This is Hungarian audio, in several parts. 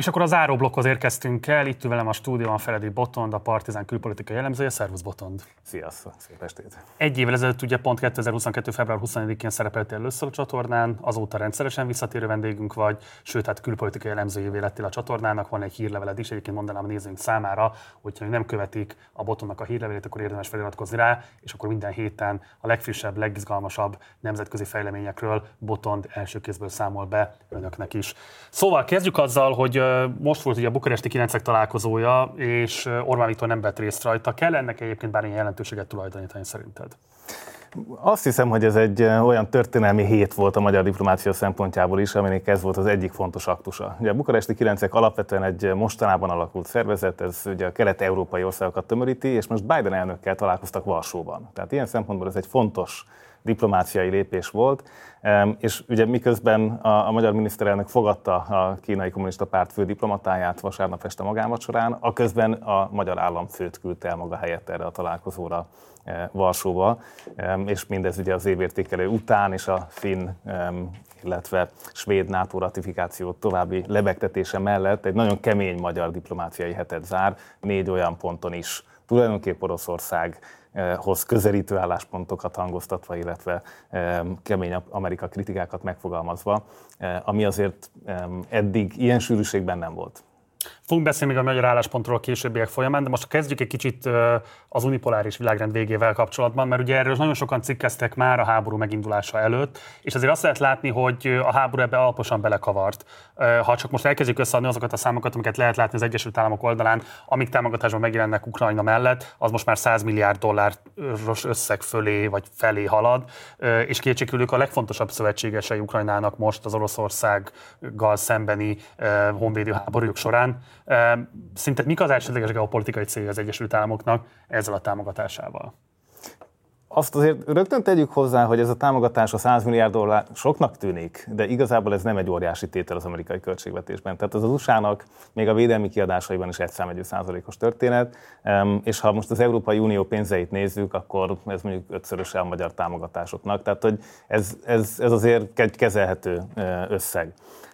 És akkor a záróblokkhoz érkeztünk el, itt ül velem a stúdióban Feledi Botond, a Partizán külpolitikai elemzője. Szervusz Botond! Sziasztok, szép estét! Egy évvel ezelőtt ugye pont 2022. február 24-én szerepeltél először a csatornán, azóta rendszeresen visszatérő vendégünk vagy, sőt, hát külpolitikai elemzőjévé lettél a csatornának, van egy hírleveled is, egyébként mondanám a nézőink számára, hogyha nem követik a Botondnak a hírlevelét, akkor érdemes feliratkozni rá, és akkor minden héten a legfrissebb, legizgalmasabb nemzetközi fejleményekről Botond első kézből számol be önöknek is. Szóval kezdjük azzal, hogy most volt ugye a bukaresti 9-ek találkozója, és Orbán Viktor nem vett részt rajta. Kell ennek egyébként bármilyen jelentőséget tulajdonítani szerinted? Azt hiszem, hogy ez egy olyan történelmi hét volt a magyar diplomácia szempontjából is, aminek ez volt az egyik fontos aktusa. Ugye a bukaresti 9-ek alapvetően egy mostanában alakult szervezet, ez ugye a kelet-európai országokat tömöríti, és most Biden elnökkel találkoztak Varsóban. Tehát ilyen szempontból ez egy fontos diplomáciai lépés volt, és ugye miközben a magyar miniszterelnök fogadta a kínai kommunista párt fő diplomatáját vasárnap este magánvacsorán, aközben a magyar államfőt küldte el maga helyett erre a találkozóra Varsóba, és mindez ugye az évértékelő után és a finn, illetve svéd NATO ratifikáció további lebegtetése mellett egy nagyon kemény magyar diplomáciai hetet zár, 4 olyan ponton is. Tulajdonképp Oroszországhoz közelítő álláspontokat hangoztatva, illetve kemény Amerika kritikákat megfogalmazva, ami azért eddig ilyen sűrűségben nem volt. Fogunk beszélni még a magyar álláspontról a későbbiek folyamán, de most kezdjük egy kicsit az unipoláris világrend végével kapcsolatban, mert ugye erről nagyon sokan cikkeztek már a háború megindulása előtt, és azért azt lehet látni, hogy a háború ebbe alaposan belekavart. Ha csak most elkezdjük összeadni azokat a számokat, amiket lehet látni az Egyesült Államok oldalán, amik támogatásban megjelennek Ukrajna mellett, az most már $100 milliárd összeg fölé vagy felé halad, és kétségkívül a legfontosabb szövetségesei Ukrajnának most az Oroszországgal szembeni honvédő háborújuk során. Szerinted mik az elsődleges geopolitikai célja az Egyesült Államoknak ezzel a támogatásával? Azt azért rögtön tegyük hozzá, hogy ez a támogatás a $100 milliárd soknak tűnik, de igazából ez nem egy óriási tétel az amerikai költségvetésben. Tehát az USA-nak még a védelmi kiadásaiban is 1,1%-os történet, és ha most az Európai Unió pénzeit nézzük, akkor ez mondjuk 5-szöröse a magyar támogatásoknak. Tehát hogy ez azért egy kezelhető összeg.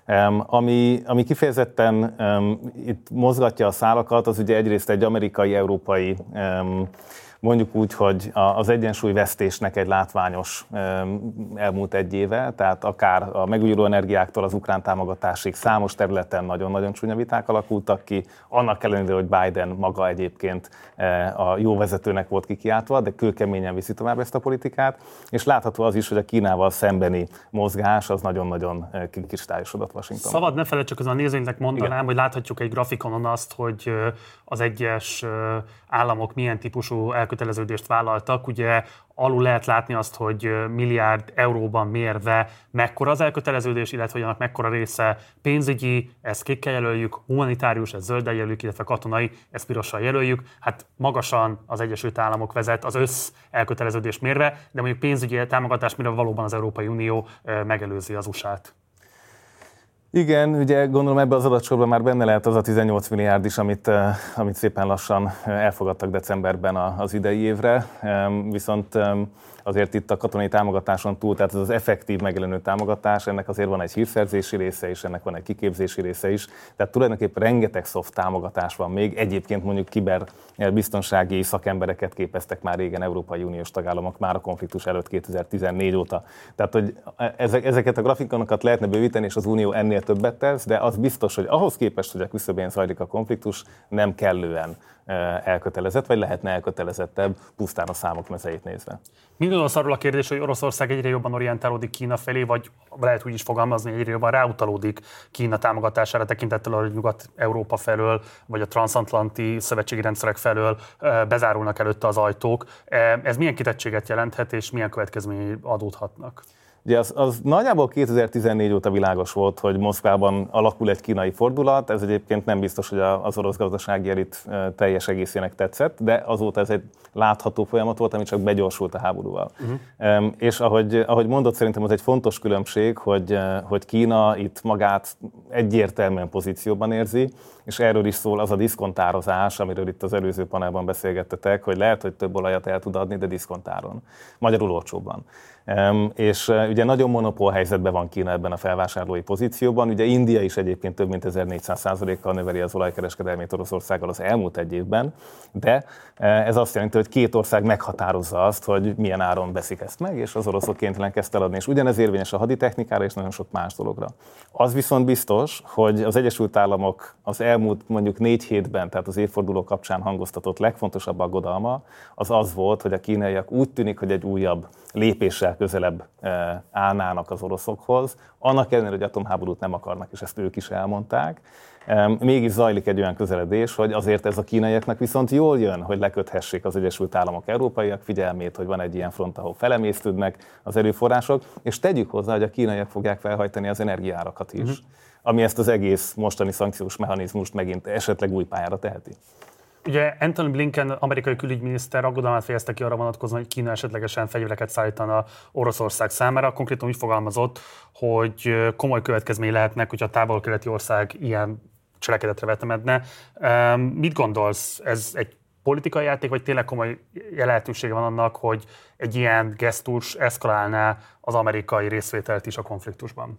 Ami kifejezetten itt mozgatja a szálakat, az ugye egyrészt egy amerikai-európai, mondjuk úgy, hogy az egyensúlyvesztésnek egy látványos elmúlt egy éve, tehát akár a megújuló energiáktól az ukrán támogatásig számos területen nagyon-nagyon csúnya viták alakultak ki, annak ellenére, hogy Biden maga egyébként a jó vezetőnek volt kikiáltva, de kőkeményen viszi tovább ezt a politikát, és látható az is, hogy a Kínával szembeni mozgás az nagyon-nagyon kikristályosodott Washingtonban. Szabad ne felejtsük, közben a nézőinknek mondanám, igen, hogy láthatjuk egy grafikonon azt, hogy az egyes államok milyen típusú elköteleződést vállaltak. Ugye alul lehet látni azt, hogy milliárd euróban mérve mekkora az elköteleződés, illetve hogy annak mekkora része pénzügyi, ezt kékkel jelöljük, humanitárius, ezt zölddel jelöljük, illetve katonai, ezt pirossal jelöljük. Hát magasan az Egyesült Államok vezet az össz elköteleződés mérve, de mondjuk pénzügyi támogatás mérve valóban az Európai Unió megelőzi az USA-t. Igen, ugye gondolom ebbe az adatsorban már benne lehet az a 18 milliárd is, amit szépen lassan elfogadtak decemberben az idei évre, viszont azért itt a katonai támogatáson túl, tehát ez az effektív megjelenő támogatás, ennek azért van egy hírszerzési része is, ennek van egy kiképzési része is, tehát tulajdonképpen rengeteg soft támogatás van még, egyébként mondjuk kiberbiztonsági szakembereket képeztek már régen Európai Uniós tagállamok, már a konfliktus előtt 2014 óta. Tehát, hogy ezeket a grafikonokat lehetne bővíteni, és az Unió ennél többet tesz, de az biztos, hogy ahhoz képest, hogy a küszöbén zajlik a konfliktus, nem kellően elkötelezett, vagy lehetne elkötelezettebb pusztán a számok mezejét nézve. Mi gondolsz arról a kérdés, hogy Oroszország egyre jobban orientálódik Kína felé, vagy lehet úgy is fogalmazni, hogy egyre jobban ráutalódik Kína támogatására tekintettel, hogy Nyugat-Európa felől, vagy a transatlanti szövetségi rendszerek felől bezárulnak előtte az ajtók. Ez milyen kitettséget jelenthet, és milyen következményei adódhatnak? Ugye az nagyjából 2014 óta világos volt, hogy Moszkvában alakul egy kínai fordulat, ez egyébként nem biztos, hogy az orosz gazdasági elit teljes egészének tetszett, de azóta ez egy látható folyamat volt, ami csak begyorsult a háborúval. És ahogy mondott, szerintem az egy fontos különbség, hogy Kína itt magát egyértelműen pozícióban érzi, és erről is szól az a diszkontározás, amiről itt az előző panelban beszélgettetek, hogy lehet, hogy több olajat el tud adni, de diszkontáron. Magyarul olcsóbban. És ugye nagyon monopól helyzetben van Kína ebben a felvásárlói pozícióban. Ugye India is egyébként több mint 1400%-kal növeli az olajkereskedelmét Oroszországgal az elmúlt egy évben, de ez azt jelenti, hogy két ország meghatározza azt, hogy milyen áron veszik ezt meg, és az oroszok kénytelenek ezt eladni. És ugyanez érvényes a haditechnikára és nagyon sok más dologra. Az viszont biztos, hogy az Egyesült Államok az elmúlt mondjuk 4 hétben, tehát az évforduló kapcsán hangoztatott legfontosabb aggodalma, az volt, hogy a kínaiak úgy tűnik, hogy egy újabb lépéssel közelebb állnának az oroszokhoz, annak ellenére, hogy atomháborút nem akarnak, és ezt ők is elmondták. Mégis zajlik egy olyan közeledés, hogy azért ez a kínaiaknak viszont jól jön, hogy leköthessék az Egyesült Államok európaiak figyelmét, hogy van egy ilyen front, ahol felemésztődnek az erőforrások, és tegyük hozzá, hogy a kínaiak fogják felhajtani az energiaárakat is, ami ezt az egész mostani szankciós mechanizmust megint esetleg új pályára teheti. Ugye Antony Blinken, amerikai külügyminiszter aggodalmát fejezte ki arra vonatkozóan, hogy Kína esetlegesen fegyvereket szállítana Oroszország számára. Konkrétan úgy fogalmazott, hogy komoly következmény lehetnek, hogyha a távol-keleti ország ilyen cselekedetre vetemedne. Mit gondolsz, ez egy politikai játék, vagy tényleg komoly lehetősége van annak, hogy egy ilyen gesztus eszkalálná az amerikai részvételt is a konfliktusban?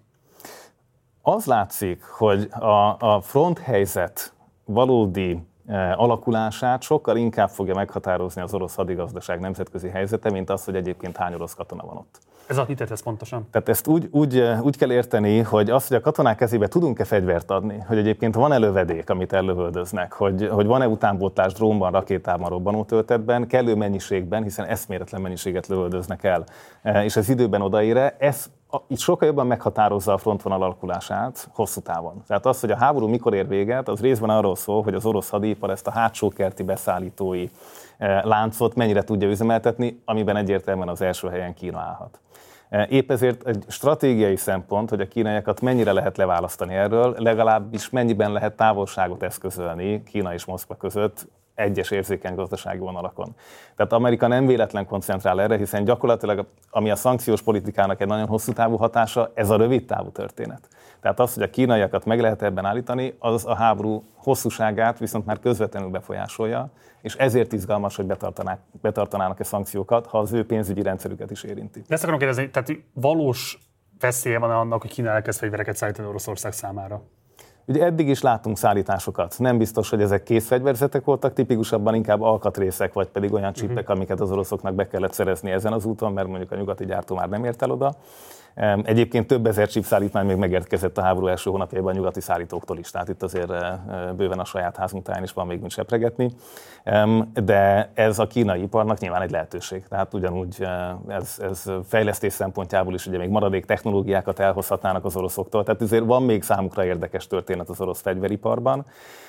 Az látszik, hogy a fronthelyzet valódi alakulását sokkal inkább fogja meghatározni az orosz hadigazdaság nemzetközi helyzete, mint az, hogy egyébként hány orosz katona van ott. Ez a mit ez pontosan? Tehát ezt úgy kell érteni, hogy az, hogy a katonák kezébe tudunk-e fegyvert adni, hogy egyébként van-e lövedék, amit ellövöldöznek, hogy van-e utánpótlás drónban, rakétában, robbanótöltetben, kellő mennyiségben, hiszen eszméletlen mennyiséget lövöldöznek el, és ez időben odaér-e, ez itt sokkal jobban meghatározza a frontvonal alakulását hosszú távon. Tehát az, hogy a háború mikor ér véget, az részben arról szól, hogy az orosz hadipar ezt a hátsókerti beszállítói láncot mennyire tudja üzemeltetni, amiben egyértelműen az első helyen Kína állhat. Épp ezért egy stratégiai szempont, hogy a kínaiakat mennyire lehet leválasztani erről, legalábbis mennyiben lehet távolságot eszközölni Kína és Moszkva között egyes érzékeny gazdasági vonalakon. Tehát Amerika nem véletlen koncentrál erre, hiszen gyakorlatilag, ami a szankciós politikának egy nagyon hosszú távú hatása, ez a rövid távú történet. Tehát az, hogy a kínaiakat meg lehet ebben állítani, az a háború hosszúságát viszont már közvetlenül befolyásolja, és ezért izgalmas, hogy betartanának-e szankciókat, ha az ő pénzügyi rendszerüket is érinti. De ezt akarom kérdezni, tehát valós veszélye van annak, hogy Kína elkezd fegyvereket szállítani Oroszország számára? Ugye eddig is láttunk szállításokat. Nem biztos, hogy ezek készfegyverzetek voltak, tipikusabban inkább alkatrészek, vagy pedig olyan csipek, amiket az oroszoknak be kellett szerezni ezen az úton, mert mondjuk a nyugati gyártó már nem ért el oda. Egyébként több ezer csipszállítmány még megérkezett a háború első hónapjában a nyugati szállítóktól is, tehát itt azért bőven a saját házunk táján is van még mit sepregetni. De ez a kínai iparnak nyilván egy lehetőség. Tehát ugyanúgy ez fejlesztés szempontjából is ugye még maradék technológiákat elhozhatnának az oroszoktól. Tehát azért van még számukra érdekes történet az orosz fegyveriparban,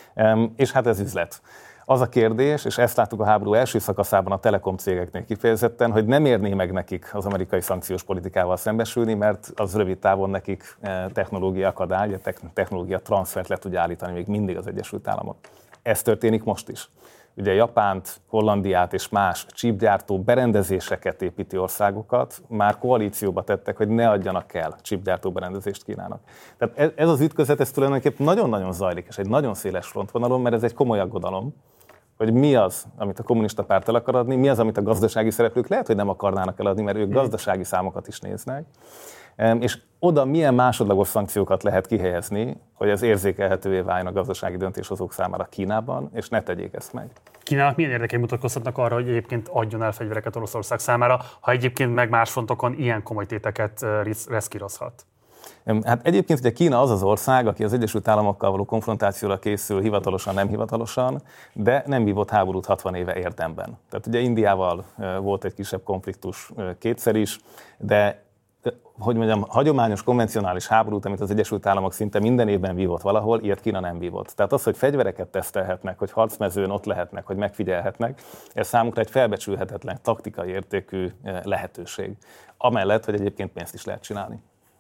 és hát ez üzlet. Az a kérdés, és ezt láttuk a háború első szakaszában a telekom cégeknél kifejezetten, hogy nem érné meg nekik az amerikai szankciós politikával szembesülni, mert az rövid távon nekik technológia akadály, technológia transfert le tudja állítani még mindig az Egyesült Államok. Ez történik most is. Ugye Japánt, Hollandiát és más chipgyártó berendezéseket építi országokat már koalícióba tettek, hogy ne adjanak el chipgyártó berendezést Kínának. Tehát ez az ütközet, ez tulajdonképpen nagyon-nagyon zajlik, és egy nagyon széles frontvonalon, mert ez egy komoly aggodalom, hogy mi az, amit a kommunista párt el akar adni, mi az, amit a gazdasági szereplők lehet, hogy nem akarnának eladni, mert ők gazdasági számokat is néznek, és oda milyen másodlagos szankciókat lehet kihelyezni, hogy ez érzékelhetővé váljon a gazdasági döntéshozók számára Kínában, és ne tegyék ezt meg. Kínának milyen érdekei mutatkozhatnak arra, hogy egyébként adjon el fegyvereket Oroszország számára, ha egyébként meg más frontokon ilyen komoly téteket reszkírozhat? Hát egyébként ugye Kína az az ország, aki az Egyesült Államokkal való konfrontációra készül hivatalosan, nem hivatalosan, de nem vívott háborút 60 éve érdemben. Tehát ugye Indiával volt egy kisebb konfliktus kétszer is, de hogy mondjam, hagyományos, konvencionális háborút, amit az Egyesült Államok szinte minden évben vívott valahol, ilyet Kína nem vívott. Tehát az, hogy fegyvereket tesztelhetnek, hogy harcmezőn ott lehetnek, hogy megfigyelhetnek, ez számukra egy felbecsülhetetlen taktikai értékű lehetőség. Amellett, hogy egyébként pénzt is lehet csinálni.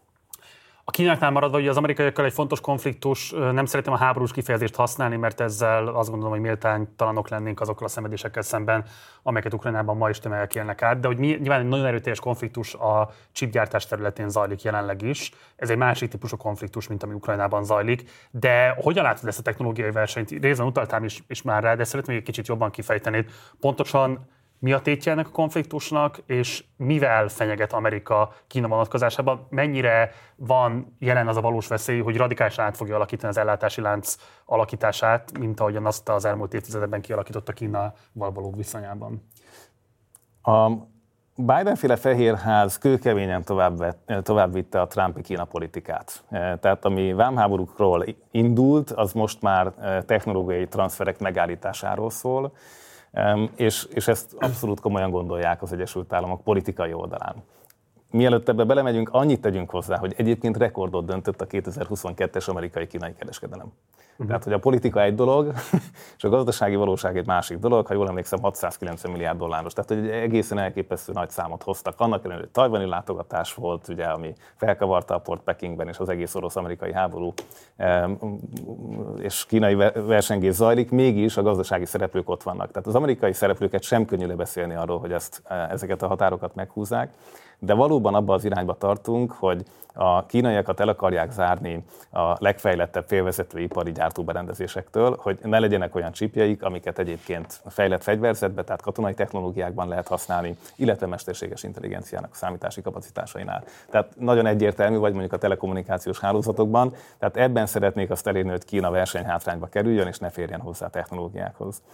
A Kínáknál maradva, hogy az amerikaiakkal egy fontos konfliktus, nem szeretem a háborús kifejezést használni, mert ezzel azt gondolom, hogy méltánytalanok lennénk azokkal a szenvedésekkel szemben, amelyeket Ukrajnában ma is tömegek élnek át, de hogy nyilván egy nagyon erőteljes konfliktus a chipgyártás területén zajlik jelenleg is. Ez egy másik típusú konfliktus, mint ami Ukrajnában zajlik, de hogyan látod ezt a technológiai versenyt? Részben utaltál is már rá, de szeretném, hogy egy kicsit jobban kifejtenéd. Pontosan Mi a tétje ennek a konfliktusnak, és mivel fenyeget Amerika Kína vonatkozásában? Mennyire van jelen az a valós veszély, hogy radikálisan át fogja alakítani az ellátási lánc alakítását, mint ahogyan azt az elmúlt évtizedekben kialakította Kínával való viszonyában? A Biden-féle Fehérház kőkeményen tovább vitte a Trumpi Kína politikát. Tehát ami vámháborúkról indult, az most már technológiai transferek megállításáról szól, és ezt abszolút komolyan gondolják az Egyesült Államok politikai oldalán. Mielőtt ebbe belemegyünk, annyit tegyünk hozzá, hogy egyébként rekordot döntött a 2022-es amerikai-kínai kereskedelem. Tehát, hogy a politika egy dolog, és a gazdasági valóság egy másik dolog, ha jól emlékszem, 690 milliárd dolláros. Tehát, hogy egy egészen elképesztő nagy számot hoztak. Annak ellenére, hogy tajvani látogatás volt, ugye, ami felkavarta a port Pekingben, és az egész orosz-amerikai háború és kínai versengés zajlik, mégis a gazdasági szereplők ott vannak. Tehát az amerikai szereplőket sem könnyű lebeszélni arról, hogy ezeket a határokat meghúzzák. De valóban abba az irányba tartunk, hogy a kínaiakat el akarják zárni a legfejlettebb félvezető ipari gyártóberendezésektől, hogy ne legyenek olyan csipjeik, amiket egyébként fejlett fegyverzetbe, tehát katonai technológiákban lehet használni, illetve mesterséges intelligenciának a számítási kapacitásainál. Tehát nagyon egyértelmű, vagy mondjuk a telekommunikációs hálózatokban, tehát ebben szeretnék azt elérni, hogy Kína versenyhátrányba kerüljön, és ne férjen hozzá a technológiákhoz.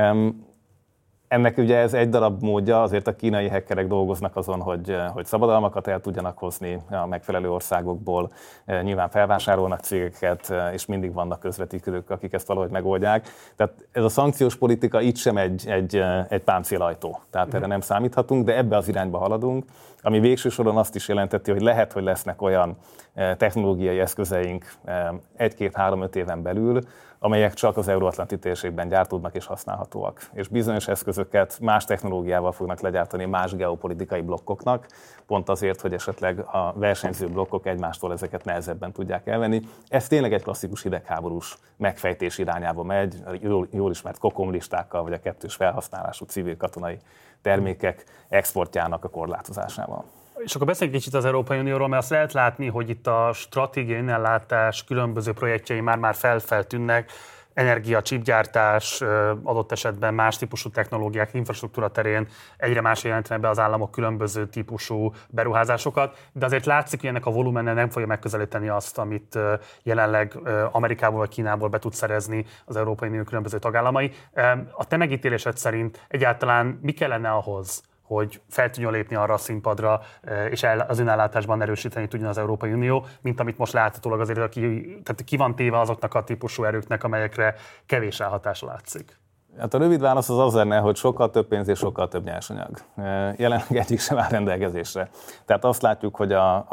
Ennek ugye ez egy darab módja, azért a kínai hackerek dolgoznak azon, hogy szabadalmakat el tudjanak hozni a megfelelő országokból, nyilván felvásárolnak cégeket, és mindig vannak közvetítők, akik ezt valahogy megoldják. Tehát ez a szankciós politika itt sem egy páncélajtó, tehát erre nem számíthatunk, de ebbe az irányba haladunk, ami végső soron azt is jelenteti, hogy lehet, hogy lesznek olyan technológiai eszközeink 1-2-3-5 éven belül, amelyek csak az euróatlanti térségben gyártódnak és használhatóak. És bizonyos eszközöket más technológiával fognak legyártani más geopolitikai blokkoknak, pont azért, hogy esetleg a versenyző blokkok egymástól ezeket nehezebben tudják elvenni. Ez tényleg egy klasszikus hidegháborús megfejtés irányába megy, jól ismert kokomlistákkal, vagy a kettős felhasználású civil katonai termékek exportjának a korlátozásával. És akkor beszéljünk kicsit az Európai Unióról, mert azt lehet látni, hogy itt a stratégiai ellátás különböző projektjei már feltűnnek, energia, chipgyártás, adott esetben más típusú technológiák, infrastruktúra terén egyre másra jelentenek be az államok különböző típusú beruházásokat, de azért látszik, hogy ennek a volumene nem fogja megközelíteni azt, amit jelenleg Amerikából vagy Kínából be tud szerezni az Európai Unió különböző tagállamai. A te megítélésed szerint egyáltalán mi kellene ahhoz, hogy fel tudjon lépni arra a színpadra, és az önállátásban erősíteni tudjon az Európai Unió, mint amit most láthatólag azért tehát ki van téve azoknak a típusú erőknek, amelyekre kevés elhatása látszik. Hát a rövid válasz az lenne, hogy sokkal több pénz és sokkal több nyersanyag. Jelenleg egyik sem áll rendelkezésre. Tehát azt látjuk, hogy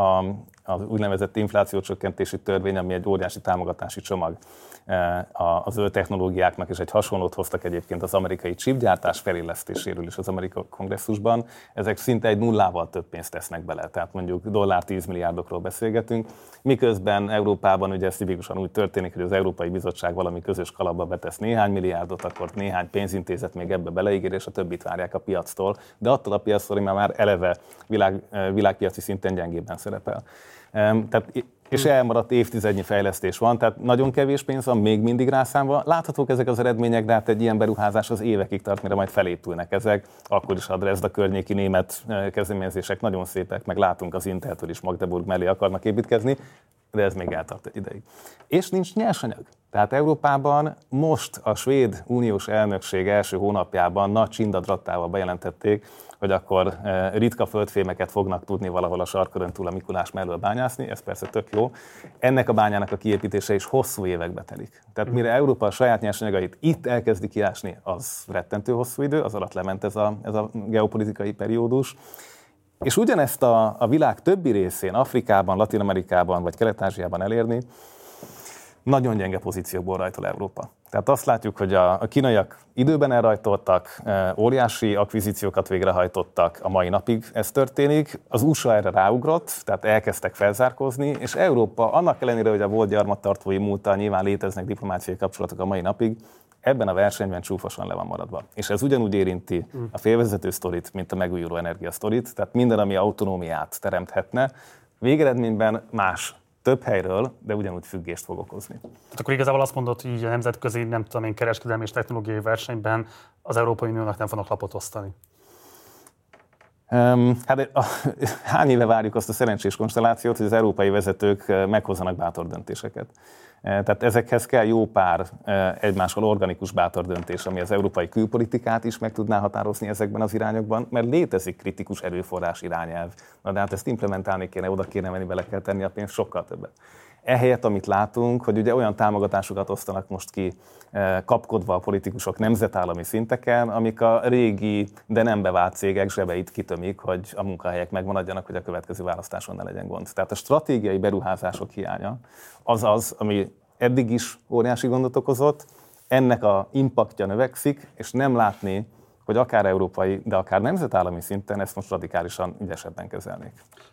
az úgynevezett inflációcsökkentési törvény, ami egy óriási támogatási csomag a zöld technológiáknak, és egy hasonlót hoztak egyébként az amerikai chipgyártás felélesztéséről is az amerikai kongresszusban. Ezek szinte egy nullával több pénzt tesznek bele, tehát mondjuk $10 milliárdokról beszélgetünk, miközben Európában ugye ez tipikusan úgy történik, hogy az Európai Bizottság valami közös kalapba betesz néhány milliárdot, akkor néhány pénzintézet még ebbe beleígér, és a többit várják a piactól, de attól a piactól már eleve világpiaci szinten gyengébben szerepel. És elmaradt évtizednyi fejlesztés van, tehát nagyon kevés pénz van még mindig rászámva. Láthatók ezek az eredmények, de hát egy ilyen beruházás az évekig tart, mire majd felépülnek ezek. Akkor is a Dresda környéki német kezdeményezések nagyon szépek, meg látunk az Inteltől is Magdeburg mellé akarnak építkezni, de ez még eltart egy ideig. És nincs nyersanyag. Tehát Európában most a svéd uniós elnökség első hónapjában nagy csindadrattával bejelentették, hogy akkor ritka földfémeket fognak tudni valahol a sarkörön túl a Mikulás mellől bányászni, ez persze tök jó. Ennek a bányának a kiépítése is hosszú évekbe telik. Tehát mire Európa a saját nyersanyagait itt elkezdi kiásni, az rettentő hosszú idő, az alatt lement ez a geopolitikai periódus. És ugyanezt a világ többi részén, Afrikában, Latin-Amerikában vagy Kelet-Ázsiában elérni, nagyon gyenge pozíciókból rajtol Európa. Tehát azt látjuk, hogy a kínaiak időben elrajtoltak, óriási akvizíciókat végrehajtottak, a mai napig ez történik. Az USA erre ráugrott, tehát elkezdtek felzárkózni, és Európa annak ellenére, hogy a volt gyarmattartói múlttal nyilván léteznek diplomáciai kapcsolatok a mai napig, ebben a versenyben csúfosan le van maradva. És ez ugyanúgy érinti a félvezető sztorit, mint a megújuló energia sztorit, tehát minden, ami autonómiát teremthetne, végeredményben más több helyről, de ugyanúgy függést fog okozni. Tehát akkor igazából azt mondod, hogy így a nemzetközi, kereskedelmi és technológiai versenyben az Európai Uniónak nem fognak lapot osztani. Hány éve várjuk azt a szerencsés konstellációt, hogy az európai vezetők meghozzanak bátor döntéseket. Tehát ezekhez kell jó pár egymással organikus bátor döntés, ami az európai külpolitikát is meg tudná határozni ezekben az irányokban, mert létezik kritikus erőforrás irányelv. Na de hát ezt implementálni kéne, oda kéne menni, bele kell tenni a pénzt, sokkal többet. Ehelyett, amit látunk, hogy ugye olyan támogatásokat osztanak most ki kapkodva a politikusok nemzetállami szinteken, amik a régi, de nem bevált cégek zsebeit kitömik, hogy a munkahelyek megmaradjanak, hogy a következő választáson ne legyen gond. Tehát a stratégiai beruházások hiánya az, ami eddig is óriási gondot okozott, ennek a impaktja növekszik, és nem látni, hogy akár európai, de akár nemzetállami szinten ezt most radikálisan ügyesebben kezelnék.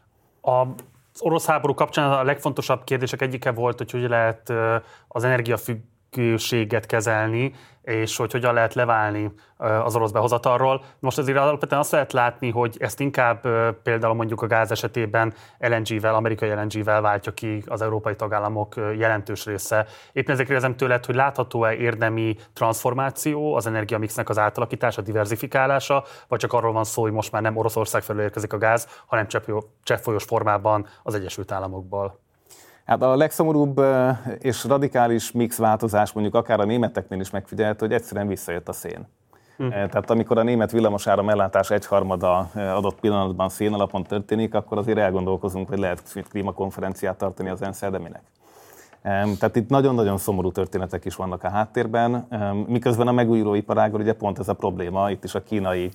Az orosz háború kapcsán a legfontosabb kérdések egyike volt, hogy hogy lehet az energiafüggőséget kezelni, és hogy hogyan lehet leválni az orosz behozatalról. Most azért alapvetően azt lehet látni, hogy ezt inkább például mondjuk a gáz esetében LNG-vel, amerikai LNG-vel váltja ki az európai tagállamok jelentős része. Éppen ezért kérdezem tőled, hogy látható-e érdemi transformáció, az energiamixnek az átalakítása, diversifikálása, vagy csak arról van szó, hogy most már nem Oroszország felől érkezik a gáz, hanem cseppfolyós formában az Egyesült Államokból? Hát a legszomorúbb és radikális mix változás mondjuk akár a németeknél is megfigyelhető, hogy egyszerűen visszajött a szén. Tehát amikor a német villamosáram ellátás egyharmada adott pillanatban szén alapon történik, akkor azért elgondolkozunk, hogy lehet klímakonferenciát tartani az ENSZ-el, de minek. Tehát itt nagyon-nagyon szomorú történetek is vannak a háttérben, miközben a megújuló iparágban ugye pont ez a probléma, itt is a kínai,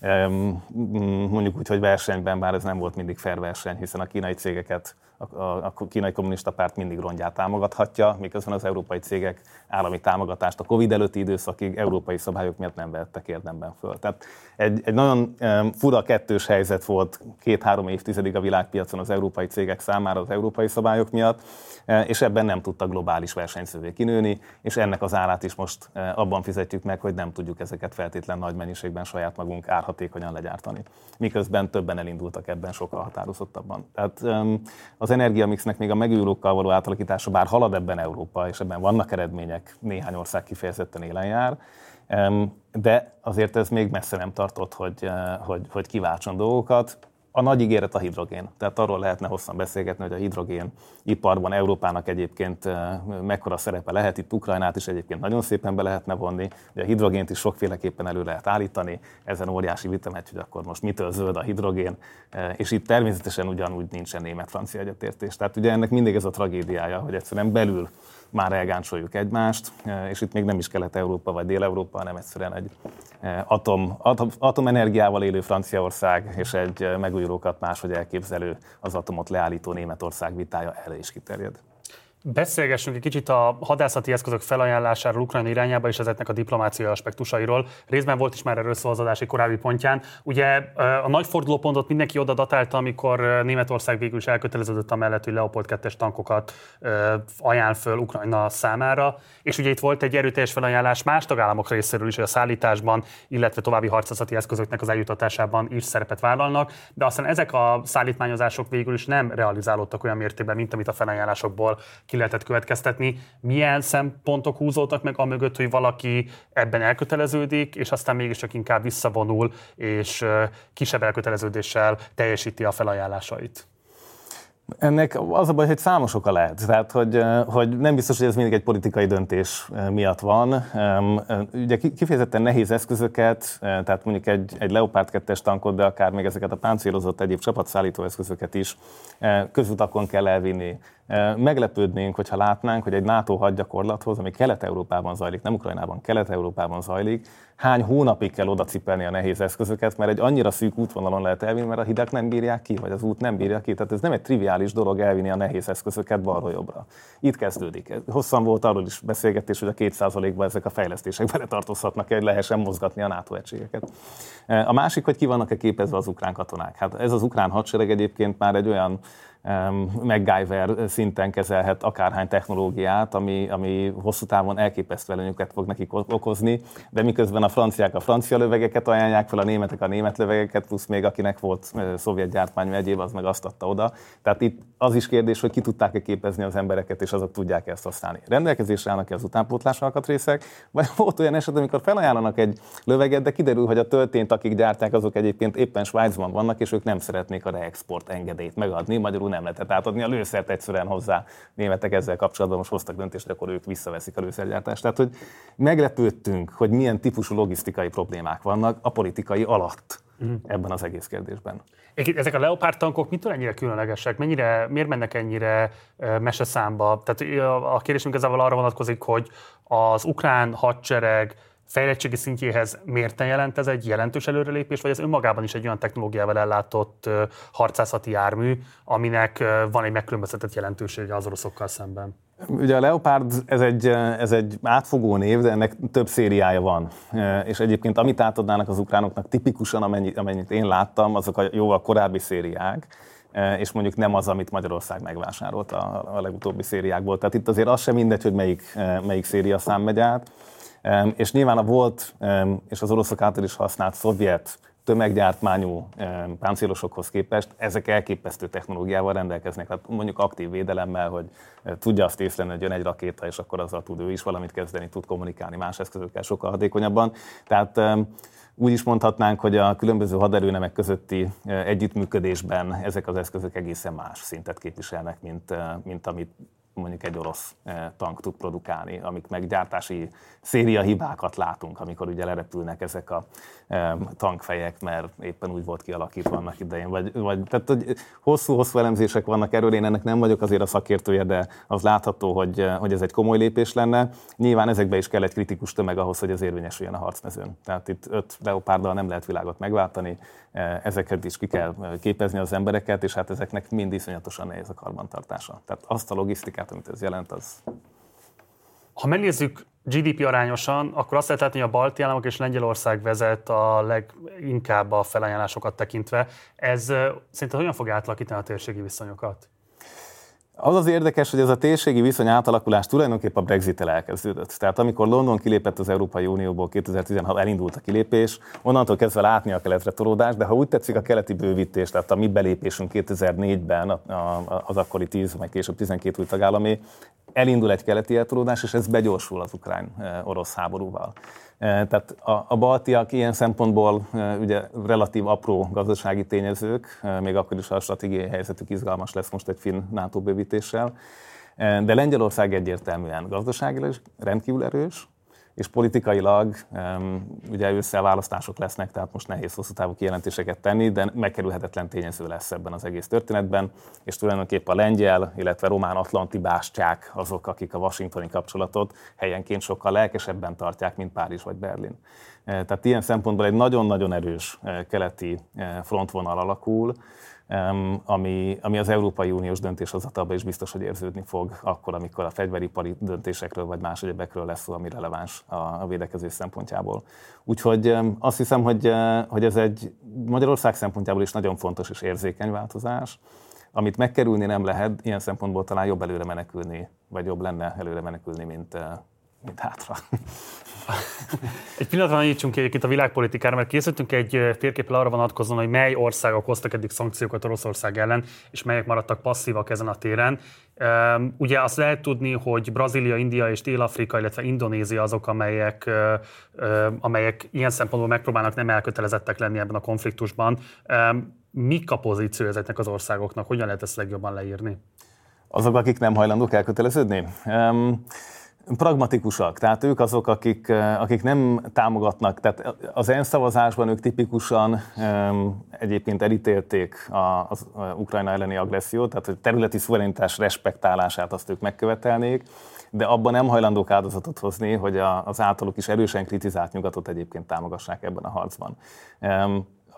mondjuk úgy, hogy versenyben, bár ez nem volt mindig fair verseny, hiszen a kínai cégeket a kínai kommunista párt mindig rongyát támogathatja, miközben az európai cégek állami támogatást a Covid előtti időszakig európai szabályok miatt nem vettek érdemben föl. Tehát egy nagyon fura kettős helyzet volt 2-3 évtizedig a világpiacon az európai cégek számára az európai szabályok miatt, és ebben nem tudtak globális versenyzővé kinőni, és ennek az árát is most abban fizetjük meg, hogy nem tudjuk ezeket feltétlen nagy mennyiségben saját magunk árhatékonyan legyártani. Miközben többen elindultak ebben sokkal határozottabban. Tehát az energiamixnek még a megújulókkal való átalakítása, bár halad ebben Európa, és ebben vannak eredmények, néhány ország kifejezetten élen jár, de azért ez még messze nem tartott, hogy kiváltson dolgokat. A nagy ígéret a hidrogén. Tehát arról lehetne hosszan beszélgetni, hogy a hidrogén iparban Európának egyébként mekkora szerepe lehet. Itt Ukrajnát is egyébként nagyon szépen be lehetne vonni, de a hidrogént is sokféleképpen elő lehet állítani. Ezen óriási vita megy, hogy akkor most mitől zöld a hidrogén, és itt természetesen ugyanúgy nincsen német-francia egyetértés. Tehát ugye ennek mindig ez a tragédiája, hogy egyszerűen belül már elgáncsoljuk egymást, és itt még nem is Kelet-Európa vagy Dél-Európa, hanem egyszerűen egy atomenergiával élő Franciaország és egy megújulókat máshogy elképzelő, az atomot leállító Németország vitája erre is kiterjed. Beszélgessünk egy kicsit a hadászati eszközök felajánlásáról Ukrajna irányába és ezeknek a diplomáciai aspektusairól. Részben volt is már erről szó az adás egy korábbi pontján. Ugye a nagy fordulópontot mindenki oda datálta, amikor Németország végül is elköteleződött amellett, hogy Leopold 2-es tankokat ajánl föl Ukrajna számára. És ugye itt volt egy erőteljes felajánlás más tagállamok részéről is, hogy a szállításban, illetve további harcászati eszközöknek az eljutatásában is szerepet vállalnak. De aztán ezek a szállítmányozások végül is nem realizálódtak olyan mértékben, mint amit a felajánlásokból ki lehetett következtetni. Milyen szempontok húzódtak meg amögött, hogy valaki ebben elköteleződik, és aztán mégiscsak inkább visszavonul, és kisebb elköteleződéssel teljesíti a felajánlásait? Ennek az a baj, hogy számos oka lehet. Tehát, hogy nem biztos, hogy ez mindig egy politikai döntés miatt van. Ugye kifejezetten nehéz eszközöket, tehát mondjuk egy Leopard 2-es tankot, de akár még ezeket a páncélozott egyéb csapatszállító eszközöket is közutakon kell elvinni. Meglepődnénk, hogyha látnánk, hogy egy NATO hadgyakorlathoz, ami Kelet-Európában zajlik, nem Ukrajnában, Kelet-Európában zajlik, hány hónapig kell oda cipelni a nehéz eszközöket, mert egy annyira szűk útvonalon lehet elvinni, mert a hidak nem bírják ki, vagy az út nem bírja ki. Tehát ez nem egy triviális dolog elvinni a nehéz eszközöket balra-jobbra. Itt kezdődik. Hosszan volt arról is beszélgetés, hogy a 2%-ban ezek a fejlesztések beletartozhatnak, hogy lehessen mozgatni a NATO egységeket. A másik, hogy ki vannak-e képezve az ukrán katonák. Hát ez az ukrán hadsereg egyébként már egy olyan MacGyver szinten kezelhet akárhány technológiát, ami hosszú távon elképesztő előnyöket fog nekik okozni, de miközben a franciák a francia lövegeket ajánlják fel, a németek a német lövegeket, plusz még akinek volt szovjet gyártmányú egyéb, az meg azt adta oda. Tehát itt az is kérdés, hogy ki tudták-e képezni az embereket, és azok tudják ezt használni. Rendelkezésre állnak-e az utánpótlás alkatrészek, vagy volt olyan eset, amikor felajánlanak egy löveget, de kiderül, hogy a töltényt, akik gyártják, azok egyébként éppen Svájcban vannak, és ők nem szeretnék a reexport engedélyt megadni, magyarul nem lehetett átadni a lőszert egyszerűen hozzá. Németek ezzel kapcsolatban most hoztak döntést, hogy akkor ők visszaveszik a lőszergyártást. Tehát, hogy meglepődtünk, hogy milyen típusú logisztikai problémák vannak a politikai alatt ebben az egész kérdésben. Ezek a Leopard tankok mitől ennyire különlegesek? Miért mennek ennyire meseszámba? Tehát a kérdésünk ezzel arra vonatkozik, hogy az ukrán hadsereg fejlettségi szintjéhez mérten jelent ez egy jelentős előrelépés, vagy ez önmagában is egy olyan technológiával ellátott harcászati jármű, aminek van egy megkülönböztetett jelentősége az oroszokkal szemben? Ugye a Leopard ez egy átfogó név, de ennek több szériája van. És egyébként amit átadnának az ukránoknak tipikusan, amennyit én láttam, azok a jóval korábbi szériák, és mondjuk nem az, amit Magyarország megvásárolt a legutóbbi szériákból. Tehát itt azért az sem mindegy, hogy melyik széria szám megy át. És nyilván a volt, és az oroszok által is használt szovjet tömeggyártmányú páncélosokhoz képest ezek elképesztő technológiával rendelkeznek. Tehát mondjuk aktív védelemmel, hogy tudja azt észlelni, hogy jön egy rakéta, és akkor azzal tud ő is valamit kezdeni, tud kommunikálni más eszközökkel sokkal hatékonyabban. Tehát úgy is mondhatnánk, hogy a különböző haderőnemek közötti együttműködésben ezek az eszközök egészen más szintet képviselnek, mint amit mondjuk egy orosz tank tud produkálni, amik meg gyártási széria hibákat látunk, amikor ugye lerepülnek ezek a tankfejek, mert éppen úgy volt kialakítva annak idején. Tehát hosszú elemzések vannak erről, én ennek nem vagyok azért a szakértője, de az látható, hogy ez egy komoly lépés lenne. Nyilván ezekbe is kell egy kritikus tömeg ahhoz, hogy ez érvényesüljön a harcmezőn. Tehát itt 5 Leoparddal nem lehet világot megváltani, ezeket is ki kell képezni az embereket, és hát ezeknek mind iszonyatosan nehéz a karbantartása. Tehát azt a logisztikát, amit ez jelent, az... Ha megnézzük GDP arányosan, akkor azt lehet látni, hogy a balti államok és Lengyelország vezet a leginkább a felajánlásokat tekintve. Ez szerinted hogyan fog átalakítani a térségi viszonyokat? Az az érdekes, hogy ez a térségi viszony átalakulás tulajdonképp a Brexit-tel elkezdődött. Tehát amikor London kilépett az Európai Unióból 2016, elindult a kilépés, onnantól kezdve látni a keletre toródást, de ha úgy tetszik a keleti bővítés, tehát a mi belépésünk 2004-ben az akkori 10, vagy később 12 új tagállamé, elindul egy keleti eltolódás, és ez begyorsul az ukrán-orosz háborúval. Tehát a baltiak ilyen szempontból ugye relatív apró gazdasági tényezők, még akkor is a stratégiai helyzetük izgalmas lesz most egy finn NATO bővítéssel, de Lengyelország egyértelműen gazdaságilag rendkívül erős, és politikailag ugye ősszel választások lesznek, tehát most nehéz hosszú távú kijelentéseket tenni, de megkerülhetetlen tényező lesz ebben az egész történetben, és tulajdonképpen a lengyel, illetve román-atlanti bástyák azok, akik a washingtoni kapcsolatot helyenként sokkal lelkesebben tartják, mint Párizs vagy Berlin. Tehát ilyen szempontból egy nagyon-nagyon erős keleti frontvonal alakul, ami az Európai Uniós döntéshozatalban is biztos, hogy érződni fog akkor, amikor a fegyveripari döntésekről vagy más egyebekről lesz szó, ami releváns a védekezés szempontjából. Úgyhogy azt hiszem, hogy ez egy Magyarország szempontjából is nagyon fontos és érzékeny változás, amit megkerülni nem lehet, ilyen szempontból talán jobb előre menekülni, vagy jobb lenne előre menekülni, mint hátra. Egy pillanatra nyitsunk ki egyébként a világpolitikára, mert készítettünk egy térképpel arra vonatkozóan, hogy mely országok hoztak eddig szankciókat Oroszország ellen, és melyek maradtak passzívak ezen a téren. Ugye azt lehet tudni, hogy Brazília, India és Dél-Afrika, illetve Indonézia azok, amelyek ilyen szempontból megpróbálnak nem elkötelezettek lenni ebben a konfliktusban. Mik a pozíció ezeknek az országoknak? Hogyan lehet ezt legjobban leírni? Azok, akik nem hajlandók elköteleződni? Pragmatikusak, tehát ők azok, akik nem támogatnak, tehát az ENSZ szavazásban ők tipikusan egyébként elítélték az Ukrajna elleni agressziót, tehát a területi szuverenitás respektálását azt ők megkövetelnék, de abban nem hajlandók áldozatot hozni, hogy az általuk is erősen kritizált nyugatot egyébként támogassák ebben a harcban.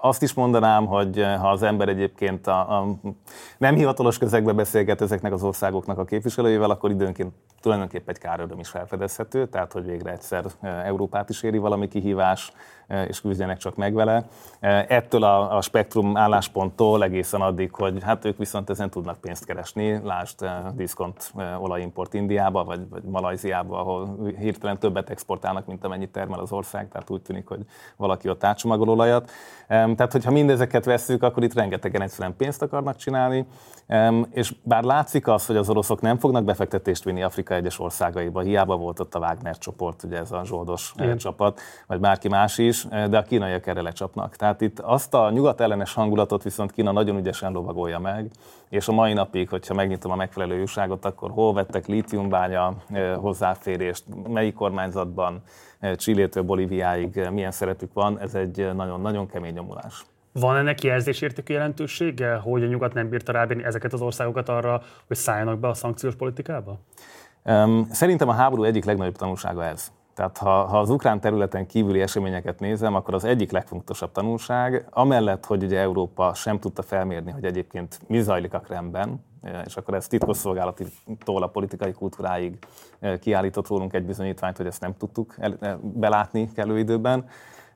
Azt is mondanám, hogy ha az ember egyébként a nem hivatalos közegben beszélget ezeknek az országoknak a képviselőivel, akkor időnként tulajdonképpen egy káröröm is felfedezhető, tehát hogy végre egyszer Európát is éri valami kihívás, és küzdjenek csak meg vele. Ettől a spektrum állásponttól egészen addig, hogy hát ők viszont ezen tudnak pénzt keresni, lásd diszkont olajimport Indiába, vagy Malajziába, ahol hirtelen többet exportálnak, mint amennyit termel az ország, tehát úgy tűnik, hogy valaki ott átcsomagol olajat. Tehát, hogyha mindezeket vesszük, akkor itt rengetegen egyszerűen pénzt akarnak csinálni, és bár látszik az, hogy az oroszok nem fognak befektetést vinni Afrika egyes országaiba, hiába volt ott a Wagner csoport, ugye ez a zsoldos csapat, vagy bárki más is, de a kínaiak erre lecsapnak. Tehát itt azt a nyugat ellenes hangulatot viszont Kína nagyon ügyesen lovagolja meg, és a mai napig, hogyha megnyitom a megfelelő újságot, akkor hol vettek lítiumbánya hozzáférést, melyik kormányzatban, Chilétől Bolíviáig milyen szerepük van, ez egy nagyon-nagyon kemény nyomulás. Van ennek jelzésértékű jelentősége, hogy a nyugat nem bírta rábírni ezeket az országokat arra, hogy szálljanak be a szankciós politikába? Szerintem a háború egyik legnagyobb tanulsága ez. Tehát ha az ukrán területen kívüli eseményeket nézem, akkor az egyik legfontosabb tanulság, amellett, hogy ugye Európa sem tudta felmérni, hogy egyébként mi zajlik a Kremlben, és akkor ez titkosszolgálatitól a politikai kultúráig kiállított rólunk egy bizonyítványt, hogy ezt nem tudtuk belátni kellő időben.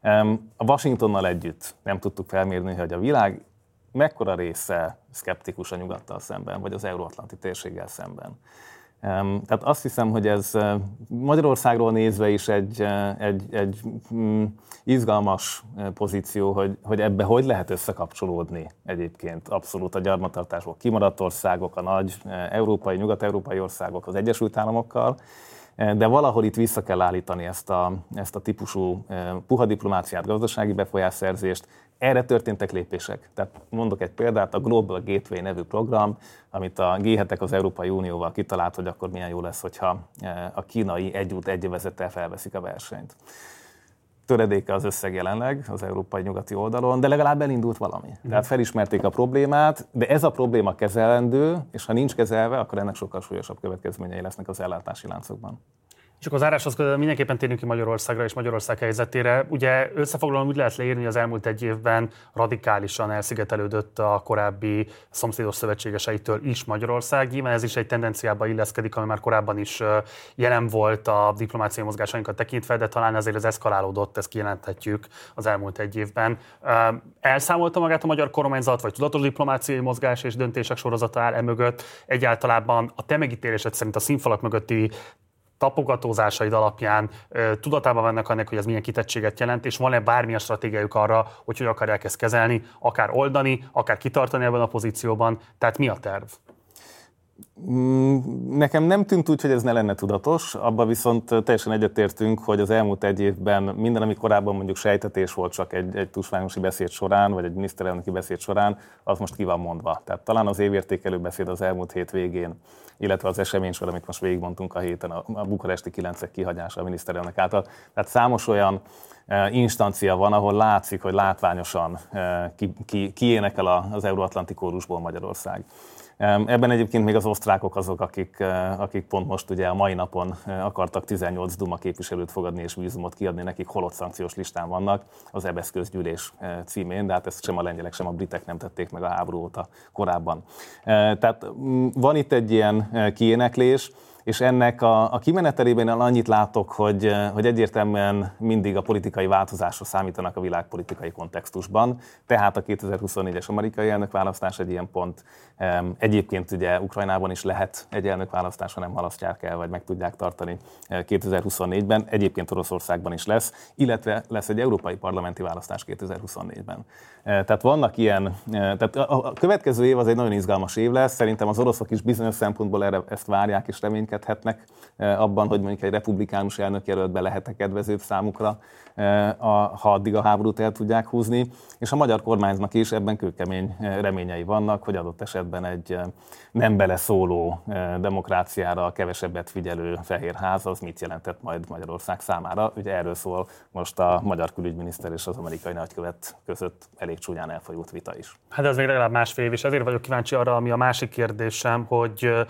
A Washingtonnal együtt nem tudtuk felmérni, hogy a világ mekkora része szkeptikus a nyugattal szemben, vagy az euróatlanti térséggel szemben. Tehát azt hiszem, hogy ez Magyarországról nézve is egy izgalmas pozíció, hogy ebbe hogy lehet összekapcsolódni egyébként abszolút a gyarmattartásból kimaradt országok, a nagy európai, nyugat-európai országok az Egyesült Államokkal, de valahol itt vissza kell állítani ezt a típusú puha diplomáciát, gazdasági befolyásszerzést. Erre történtek lépések. Tehát mondok egy példát, a Global Gateway nevű program, amit a G7-ek az Európai Unióval kitalált, hogy akkor milyen jó lesz, hogyha a kínai egyövezettel felveszik a versenyt. Töredéke az összeg jelenleg az európai nyugati oldalon, de legalább elindult valami. Tehát felismerték a problémát, de ez a probléma kezelendő, és ha nincs kezelve, akkor ennek sokkal súlyosabb következményei lesznek az ellátási láncokban. És akkor az záráshoz mindenképpen térjünk ki Magyarországra és Magyarország helyzetére. Ugye összefoglalóan úgy lehet leírni, hogy az elmúlt egy évben radikálisan elszigetelődött a korábbi szomszédos szövetségeseitől is Magyarország. Nyilván ez is egy tendenciába illeszkedik, ami már korábban is jelen volt a diplomáciai mozgásainkat tekintve, de talán azért ez eszkalálódott, ezt kijelenthetjük az elmúlt egy évben. Elszámolta magát a magyar kormányzat, vagy tudatos diplomáciai mozgás és döntések sorozata áll emögött? Egyáltalában a te megítélésed szerint a színfalak mögötti tapogatózásaid alapján tudatában vannak annak, hogy ez milyen kitettséget jelent, és van-e bármilyen stratégiájuk arra, hogy akarják ezt kezelni, akár oldani, akár kitartani ebben a pozícióban, tehát mi a terv? Nekem nem tűnt úgy, hogy ez ne lenne tudatos, abban viszont teljesen egyetértünk, hogy az elmúlt egy évben minden, ami korábban mondjuk sejtetés volt csak egy tusványosi beszéd során, vagy egy miniszterelnöki beszéd során, az most ki van mondva. Tehát talán az évértékelő beszéd az elmúlt hét végén, illetve az eseménysor, amit most végigmondtunk a héten, a bukaresti 9-ek kihagyása a miniszterelnök által. Tehát számos olyan instancia van, ahol látszik, hogy látványosan kiénekel az euróatlanti kórusból Magyarország. Ebben egyébként még az osztrákok azok, akik pont most ugye a mai napon akartak 18 Duma képviselőt fogadni és vízumot kiadni nekik, holott szankciós listán vannak az EBSZ közgyűlés címén, de hát ezt sem a lengyelek, sem a britek nem tették meg a háború óta korábban. Tehát van itt egy ilyen kiéneklés, és ennek a kimenetelében annyit látok, hogy egyértelműen mindig a politikai változásra számítanak a világpolitikai kontextusban. Tehát a 2024-es amerikai elnökválasztás egy ilyen pont. Egyébként ugye Ukrajnában is lehet egy elnökválasztás, ha nem halasztják el, vagy meg tudják tartani 2024-ben. Egyébként Oroszországban is lesz, illetve lesz egy európai parlamenti választás 2024-ben. Tehát vannak ilyen, tehát a következő év az egy nagyon izgalmas év lesz. Szerintem az oroszok is bizonyos szempontból ezt várják és reménykedhetnek abban, hogy mondjuk egy republikánus elnökjelöltbe lehet kedvezőbb számukra, ha addig a háborút el tudják húzni. És a magyar kormányzatnak is ebben kőkemény reményei vannak, hogy adott esetben egy nem beleszóló demokráciára kevesebbet figyelő Fehérház az mit jelentett majd Magyarország számára. Ugye erről szól most a magyar külügyminiszter és az amerikai nagykövet között elég csúnyán elfajult vita is. Hát ez még legalább másfél év, és ezért vagyok kíváncsi arra, ami a másik kérdésem, hogy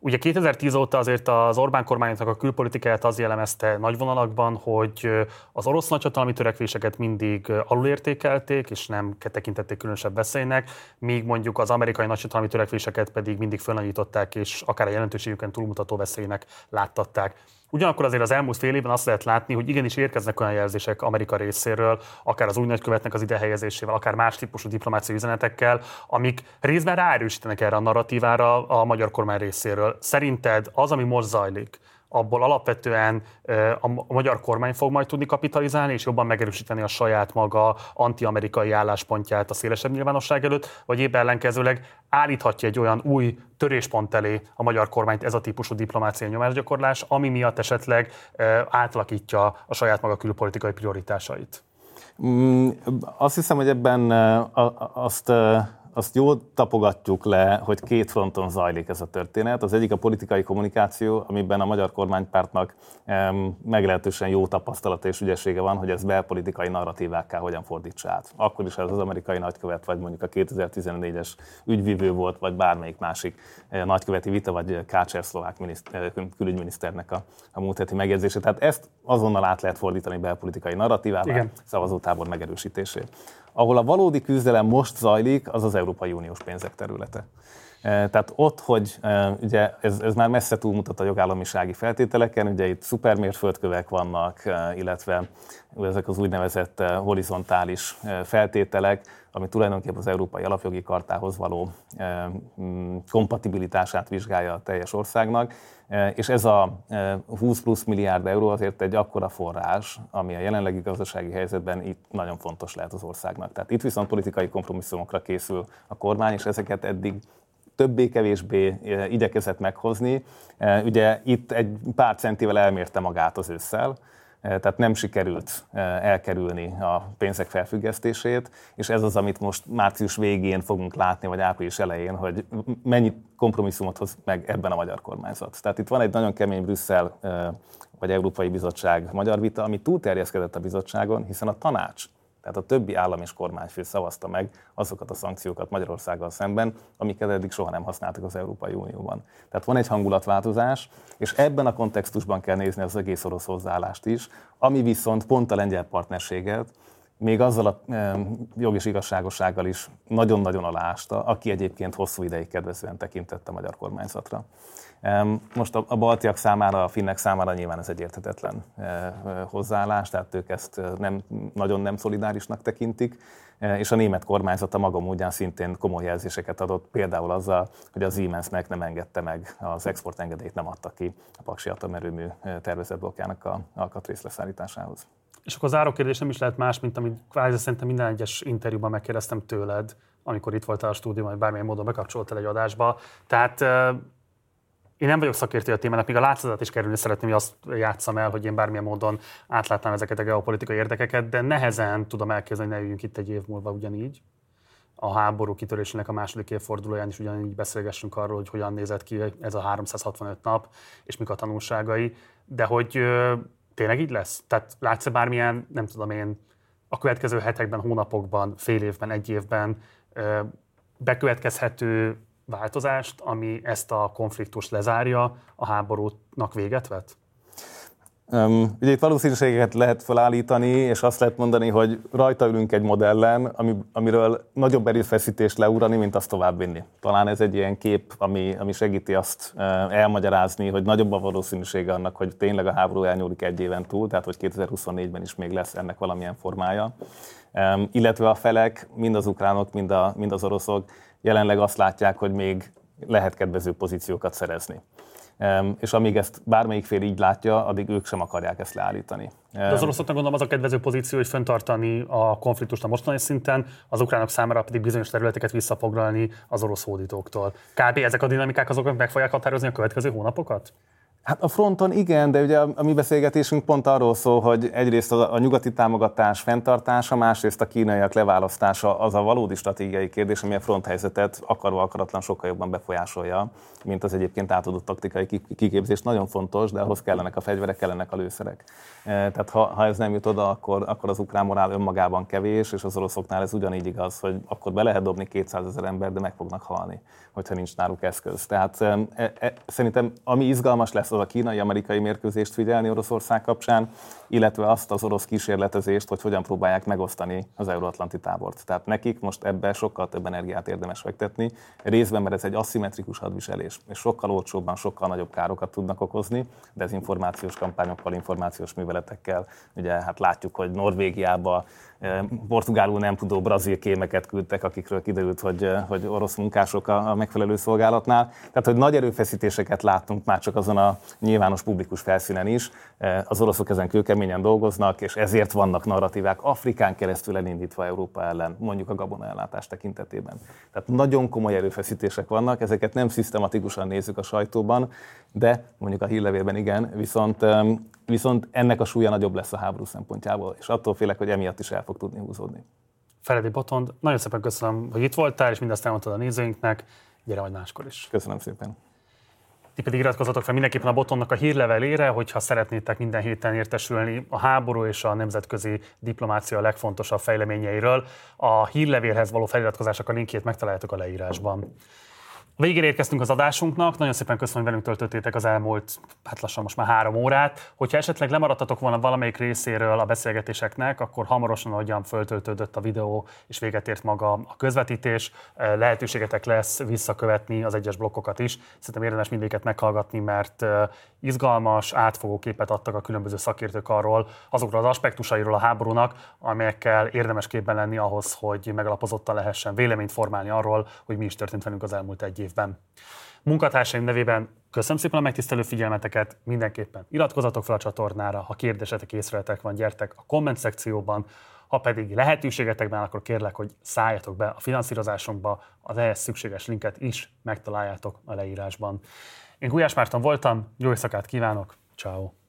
Ugye 2010 óta azért az Orbán kormánynak a külpolitikáját az jellemezte nagy vonalakban, hogy az orosz nagyhatalmi törekvéseket mindig alulértékelték, és nem tekintették különösebb veszélynek, míg mondjuk az amerikai nagyhatalmi törekvéseket pedig mindig fölnagyították, és akár a jelentőségüken túlmutató veszélynek láttatták. Ugyanakkor azért az elmúlt fél évben azt lehet látni, hogy igenis érkeznek olyan jelzések Amerika részéről, akár az új nagykövetnek az idehelyezésével, akár más típusú diplomáciai üzenetekkel, amik részben ráerősítenek erre a narratívára a magyar kormány részéről. Szerinted az, ami most zajlik, abból alapvetően a magyar kormány fog majd tudni kapitalizálni, és jobban megerősíteni a saját maga anti-amerikai álláspontját a szélesebb nyilvánosság előtt, vagy épp ellenkezőleg állíthatja egy olyan új töréspont elé a magyar kormányt ez a típusú diplomáciai nyomásgyakorlás, ami miatt esetleg átalakítja a saját maga külpolitikai prioritásait? Azt hiszem, hogy ebben azt jól tapogatjuk le, hogy két fronton zajlik ez a történet. Az egyik a politikai kommunikáció, amiben a magyar kormánypártnak meglehetősen jó tapasztalata és ügyessége van, hogy ez belpolitikai narratívákká hogyan fordítsa át. Akkor is ez az amerikai nagykövet, vagy mondjuk a 2014-es ügyvívő volt, vagy bármelyik másik nagyköveti vita, vagy Kácser szlovák külügyminiszternek a múlt heti megjegyzése. Tehát ezt azonnal át lehet fordítani belpolitikai narratívává, szavazótábor megerősítését. Ahol a valódi küzdelem most zajlik, az az Európai Uniós pénzek területe. Tehát ott, hogy ugye ez már messze túlmutat a jogállamisági feltételeken, ugye itt szupermérföldkövek vannak, illetve ezek az úgynevezett horizontális feltételek, ami tulajdonképpen az Európai Alapjogi Chartához való kompatibilitását vizsgálja a teljes országnak, és ez a 20 plusz milliárd euró azért egy akkora forrás, ami a jelenlegi gazdasági helyzetben itt nagyon fontos lehet az országnak. Tehát itt viszont politikai kompromisszumokra készül a kormány, és ezeket eddig többé-kevésbé igyekezett meghozni. Ugye itt egy pár centivel elmérte magát az ősszel, tehát nem sikerült elkerülni a pénzek felfüggesztését, és ez az, amit most március végén fogunk látni, vagy április elején, hogy mennyi kompromisszumot hoz meg ebben a magyar kormányzat. Tehát itt van egy nagyon kemény Brüsszel vagy Európai Bizottság magyar vita, ami túlterjeszkedett a bizottságon, hiszen a tanács, tehát a többi állam és kormányfő szavazta meg azokat a szankciókat Magyarországgal szemben, amiket eddig soha nem használtak az Európai Unióban. Tehát van egy hangulatváltozás, és ebben a kontextusban kell nézni az egész orosz hozzáállást is, ami viszont pont a lengyel partnerséget még azzal a jog és igazságossággal is nagyon-nagyon aláásta, aki egyébként hosszú ideig kedvezően tekintett a magyar kormányzatra. Most a baltiak számára, a finnek számára nyilván ez egy érthetetlen hozzáállás, tehát ők ezt nagyon nem szolidárisnak tekintik, és a német kormányzat a maga módján szintén komoly jelzéseket adott, például azzal, hogy a Siemensnek nem engedte meg, az exportengedélyt nem adta ki a paksi atomerőmű tervezett blokkjának a alkatrész leszállításához. És akkor az zárókérdés nem is lehet más, mint amit kvázi szerintem minden egyes interjúban megkérdeztem tőled, amikor itt voltál a stúdióban, vagy bármilyen módon bekapcsoltál egy adásba. Tehát én nem vagyok szakértő a témának, még a látszatát is kerülni szeretném, hogy azt játsszam el, hogy én bármilyen módon átlátnám ezeket a geopolitikai érdekeket, de nehezen tudom elképzelni, hogy ne üljünk itt egy év múlva ugyanígy. A háború kitörésének a második évfordulóján is ugyanígy beszélgessünk arról, hogy hogyan nézett ki ez a 365 nap, és mik a tanulságai, de hogy tényleg így lesz? Tehát látsz-e bármilyen, nem tudom én, a következő hetekben, hónapokban, fél évben, egy évben bekövetkezhető változást, ami ezt a konfliktust lezárja, a háborúnak véget vet? Ugye itt valószínűségeket lehet felállítani, és azt lehet mondani, hogy rajta ülünk egy modellen, amiről nagyobb erőfeszítést leurani, mint azt továbbvinni. Talán ez egy ilyen kép, ami segíti azt elmagyarázni, hogy nagyobb a valószínűsége annak, hogy tényleg a háború elnyúlik egy éven túl, tehát hogy 2024-ben is még lesz ennek valamilyen formája. Illetve a felek, mind az ukránok, mind az oroszok jelenleg azt látják, hogy még lehet kedvező pozíciókat szerezni. És amíg ezt bármelyik fél így látja, addig ők sem akarják ezt leállítani. De az oroszoknak gondolom az a kedvező pozíció, hogy fenntartani a konfliktust a mostani szinten, az ukránok számára pedig bizonyos területeket visszafoglalni az orosz hódítóktól. Kb. Ezek a dinamikák azok, meg fogják határozni a következő hónapokat? Hát a fronton igen, de ugye a mi beszélgetésünk pont arról szól, hogy egyrészt a nyugati támogatás fenntartása, másrészt a kínaiak leválasztása az a valódi stratégiai kérdés, ami a fronthelyzetet akarva akaratlan sokkal jobban befolyásolja, mint az egyébként átadott taktikai kiképzés. Nagyon fontos, de ahhoz kellenek a fegyverek, kellenek a lőszerek. Tehát ha ez nem jut oda, akkor az ukrán morál önmagában kevés, és az oroszoknál ez ugyanígy igaz, hogy akkor be lehet dobni 200 000 ember, de meg fognak halni, hogyha nincs náluk eszköz. Tehát szerintem ami izgalmas lesz, az a kínai-amerikai mérkőzést figyelni Oroszország kapcsán, illetve azt az orosz kísérletezést, hogy hogyan próbálják megosztani az euróatlanti tábort. Tehát nekik most ebbe sokkal több energiát érdemes fektetni, részben, mert ez egy aszimmetrikus hadviselés, és sokkal olcsóbban, sokkal nagyobb károkat tudnak okozni, dezinformációs kampányokkal, információs műveletekkel. Ugye hát látjuk, hogy Norvégiába portugálul nem tudó brazil kémeket küldtek, akikről kiderült, hogy orosz munkások a megfelelő szolgálatnál. Tehát, hogy nagy erőfeszítéseket láttunk már csak azon a nyilvános publikus felszínen is. Az oroszok ezen kőkeményen dolgoznak, és ezért vannak narratívák Afrikán keresztül elindítva Európa ellen, mondjuk a gabonaellátás tekintetében. Tehát nagyon komoly erőfeszítések vannak, ezeket nem szisztematikusan nézzük a sajtóban, de mondjuk a hírlevélben igen, viszont ennek a súlya nagyobb lesz a háború szempontjából, és attól félek, hogy emiatt is el fog tudni húzódni. Feledi Botond, nagyon szépen köszönöm, hogy itt voltál, és mindezt elmondtad a nézőinknek. Gyere majd máskor is. Köszönöm szépen. Ti pedig iratkozzatok fel mindenképpen a Botondnak a hírlevelére, hogyha szeretnétek minden héten értesülni a háború és a nemzetközi diplomácia legfontosabb fejleményeiről. A hírlevélhez való feliratkozásnak a linkjét megtaláljátok a leírásban. Végére érkeztünk az adásunknak, nagyon szépen köszönöm, hogy velünk töltöttétek az elmúlt, hát lassan most már 3 órát. Hogyha esetleg lemaradtatok volna valamelyik részéről a beszélgetéseknek, akkor hamarosan, ahogyan föltöltődött a videó és véget ért maga a közvetítés, lehetőségetek lesz visszakövetni az egyes blokkokat is. Szerintem érdemes mindéket meghallgatni, mert izgalmas, átfogó képet adtak a különböző szakértők arról, azokról az aspektusairól a háborúnak, amelyekkel érdemes képben lenni ahhoz, hogy megalapozottan lehessen véleményt formálni arról, hogy mi is történt velünk az elmúlt egy évben. Munkatársaim nevében köszönöm szépen a megtisztelő figyelmeteket, mindenképpen iratkozzatok fel a csatornára, ha kérdésetek, észrevételetek van, gyertek a komment szekcióban, ha pedig lehetőségetekben, akkor kérlek, hogy szálljatok be a finanszírozásunkba, az ehhez szükséges linket is megtaláljátok a leírásban. Én Gulyás Márton voltam, jó éjszakát kívánok, ciao.